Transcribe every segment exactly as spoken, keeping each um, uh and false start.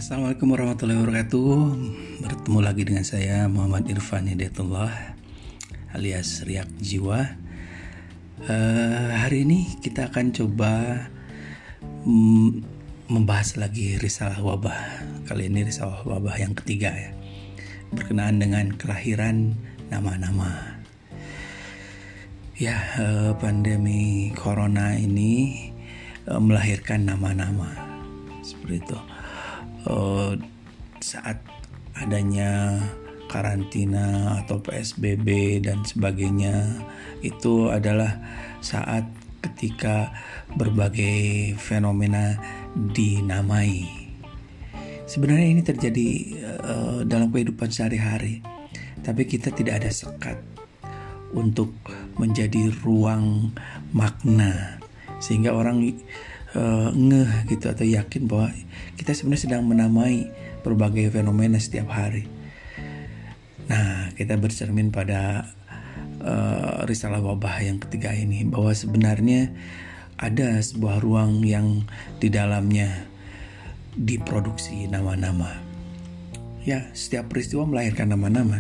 Assalamualaikum warahmatullahi wabarakatuh. Bertemu lagi dengan saya Muhammad Irfan Hidayatullah alias Riak Jiwa. uh, Hari ini kita akan coba mm, membahas lagi risalah wabah. Kali ini risalah wabah yang ketiga ya, berkenaan dengan kelahiran nama-nama. Ya, uh, pandemi corona ini uh, melahirkan nama-nama seperti itu. Uh, saat adanya karantina atau P S B B dan sebagainya, itu adalah saat ketika berbagai fenomena dinamai. Sebenarnya ini terjadi uh, dalam kehidupan sehari-hari, tapi kita tidak ada sekat untuk menjadi ruang makna sehingga orang Uh, ngeh gitu atau yakin bahwa kita sebenarnya sedang menamai berbagai fenomena setiap hari. Nah, kita bercermin pada uh, risalah wabah yang ketiga ini, bahwa sebenarnya ada sebuah ruang yang di dalamnya diproduksi nama-nama. Ya, setiap peristiwa melahirkan nama-nama.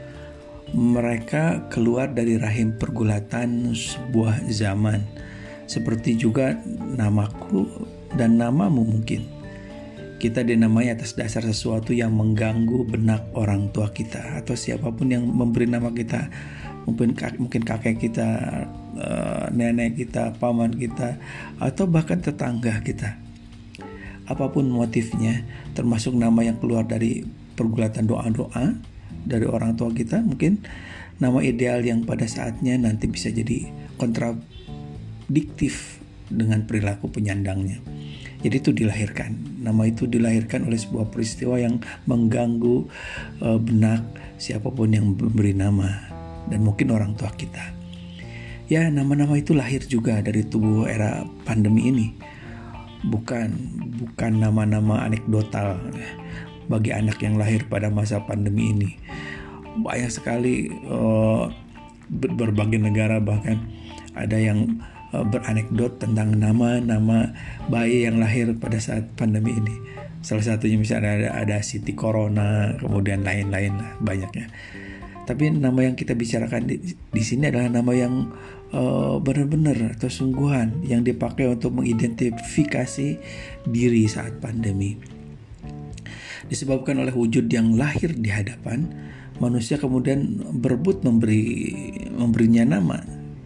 Mereka keluar dari rahim pergulatan sebuah zaman. Seperti juga namaku dan namamu mungkin. Kita dinamai atas dasar sesuatu yang mengganggu benak orang tua kita atau siapapun yang memberi nama kita. Mungkin mungkin kakek kita, nenek kita, paman kita, atau bahkan tetangga kita. Apapun motifnya, termasuk nama yang keluar dari pergulatan doa-doa dari orang tua kita, mungkin nama ideal yang pada saatnya nanti bisa jadi kontra diktif dengan perilaku penyandangnya. Jadi itu dilahirkan. Nama itu dilahirkan oleh sebuah peristiwa yang mengganggu uh, benak siapapun yang memberi nama, dan mungkin orang tua kita. Ya, nama-nama itu lahir juga dari tubuh era pandemi ini. Bukan bukan nama-nama anekdotal bagi anak yang lahir pada masa pandemi ini. Banyak sekali uh, berbagai negara bahkan ada yang beranekdot tentang nama-nama bayi yang lahir pada saat pandemi ini. Salah satunya misalnya ada, ada Siti Corona, kemudian lain-lain lah banyaknya. Tapi nama yang kita bicarakan di, di sini adalah nama yang uh, benar-benar atau sungguhan yang dipakai untuk mengidentifikasi diri saat pandemi. Disebabkan oleh wujud yang lahir di hadapan, manusia kemudian berebut memberi memberinya nama.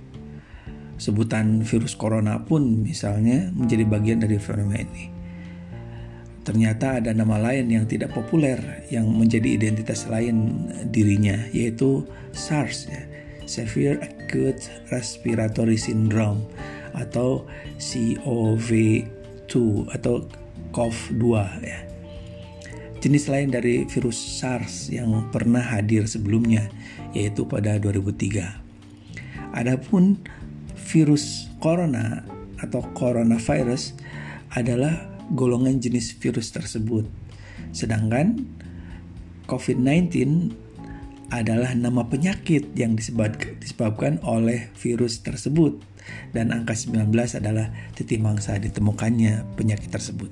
Sebutan virus corona pun misalnya menjadi bagian dari fenomena ini. Ternyata ada nama lain yang tidak populer yang menjadi identitas lain dirinya, yaitu SARS ya, Severe Acute Respiratory Syndrome atau C O V dua atau C O V dua ya. Jenis lain dari virus SARS yang pernah hadir sebelumnya, yaitu pada dua ribu tiga. Adapun virus corona atau coronavirus adalah golongan jenis virus tersebut. Sedangkan covid sembilan belas adalah nama penyakit yang disebabkan oleh virus tersebut. Dan angka sembilan belas adalah titik mangsa ditemukannya penyakit tersebut.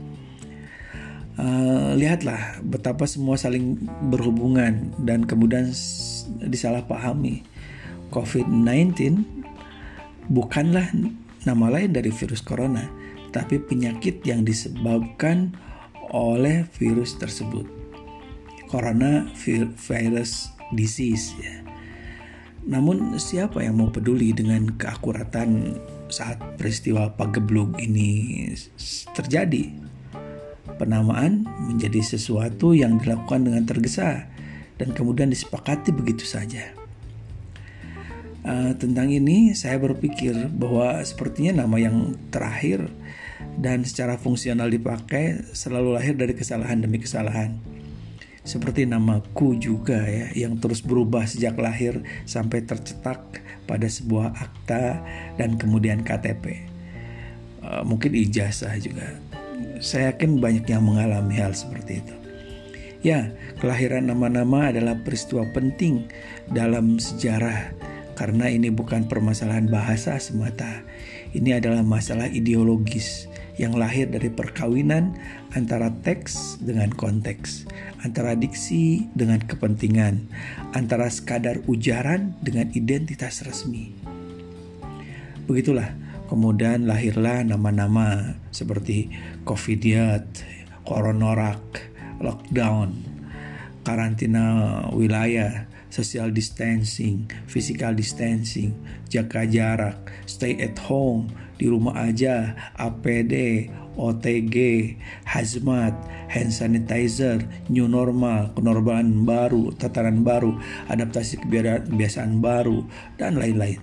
Uh, lihatlah betapa semua saling berhubungan dan kemudian disalahpahami. covid sembilan belas bukanlah nama lain dari virus corona, tapi penyakit yang disebabkan oleh virus tersebut. Corona virus disease ya. Namun siapa yang mau peduli dengan keakuratan saat peristiwa pageblug ini terjadi? Penamaan menjadi sesuatu yang dilakukan dengan tergesa dan kemudian disepakati begitu saja. Uh, tentang ini saya berpikir bahwa sepertinya nama yang terakhir dan secara fungsional dipakai selalu lahir dari kesalahan demi kesalahan. Seperti namaku juga ya, yang terus berubah sejak lahir sampai tercetak pada sebuah akta dan kemudian K T P. Uh, mungkin ijazah juga. Saya yakin banyak yang mengalami hal seperti itu. Ya, kelahiran nama-nama adalah peristiwa penting dalam sejarah. Karena ini bukan permasalahan bahasa semata. Ini adalah masalah ideologis yang lahir dari perkawinan antara teks dengan konteks, antara diksi dengan kepentingan, antara sekadar ujaran dengan identitas resmi. Begitulah kemudian lahirlah nama-nama seperti Covidiot, Coronorak, lockdown, karantina wilayah, social distancing, physical distancing, jaga jarak, stay at home, di rumah aja, A P D, O T G, hazmat, hand sanitizer, new normal, kenormalan baru, tataran baru, adaptasi kebiasaan baru, dan lain-lain.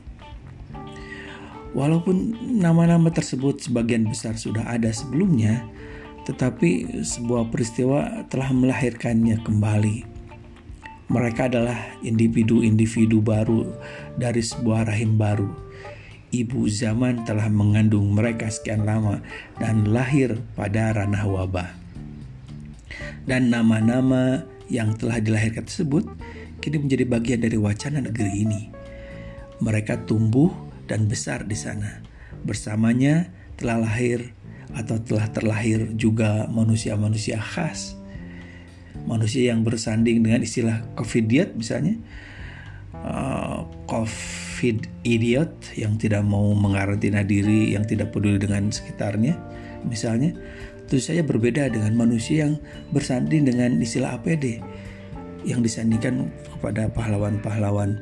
Walaupun nama-nama tersebut sebagian besar sudah ada sebelumnya, tetapi sebuah peristiwa telah melahirkannya kembali. Mereka adalah individu-individu baru dari sebuah rahim baru. Ibu zaman telah mengandung mereka sekian lama dan lahir pada ranah wabah. Dan nama-nama yang telah dilahirkan tersebut kini menjadi bagian dari wacana negeri ini. Mereka tumbuh dan besar di sana. Bersamanya telah lahir atau telah terlahir juga manusia-manusia khas. Manusia yang bersanding dengan istilah Covidiot misalnya, uh, Covid idiot yang tidak mau mengarantina diri, yang tidak peduli dengan sekitarnya misalnya, tentu saja berbeda dengan manusia yang bersanding dengan istilah A P D yang disandingkan kepada pahlawan-pahlawan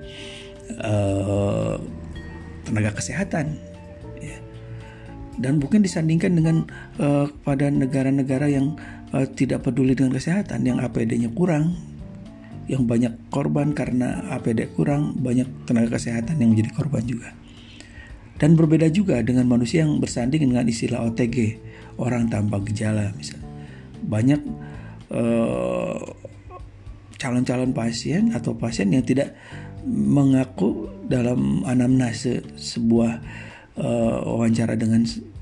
uh, tenaga kesehatan, ya. Dan bukan disandingkan dengan uh, pada negara-negara yang uh, tidak peduli dengan kesehatan, yang A P D-nya kurang, yang banyak korban karena A P D kurang, banyak tenaga kesehatan yang menjadi korban juga. Dan berbeda juga dengan manusia yang bersanding dengan istilah O T G, orang tanpa gejala misalnya. Banyak uh, calon-calon pasien atau pasien yang tidak mengaku dalam anamnase sebuah uh, wawancara dengan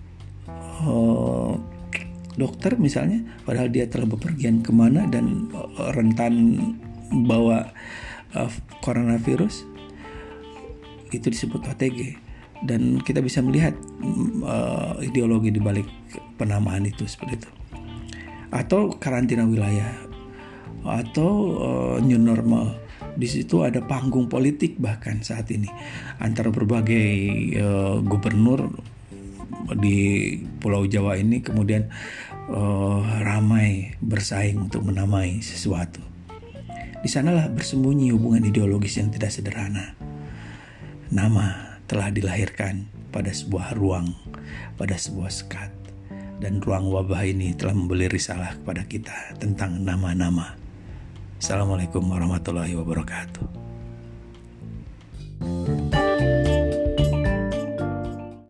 uh, dokter misalnya, padahal dia telah bepergian kemana dan uh, rentan bawa uh, coronavirus, itu disebut O T G. Dan kita bisa melihat uh, ideologi di balik penamaan itu seperti itu. Atau karantina wilayah, atau uh, new normal. Di situ ada panggung politik bahkan saat ini antara berbagai uh, gubernur di Pulau Jawa ini kemudian uh, ramai bersaing untuk menamai sesuatu. Di sanalah bersembunyi hubungan ideologis yang tidak sederhana. Nama telah dilahirkan pada sebuah ruang, pada sebuah sekat, dan ruang wabah ini telah memberi risalah kepada kita tentang nama-nama. Assalamualaikum warahmatullahi wabarakatuh.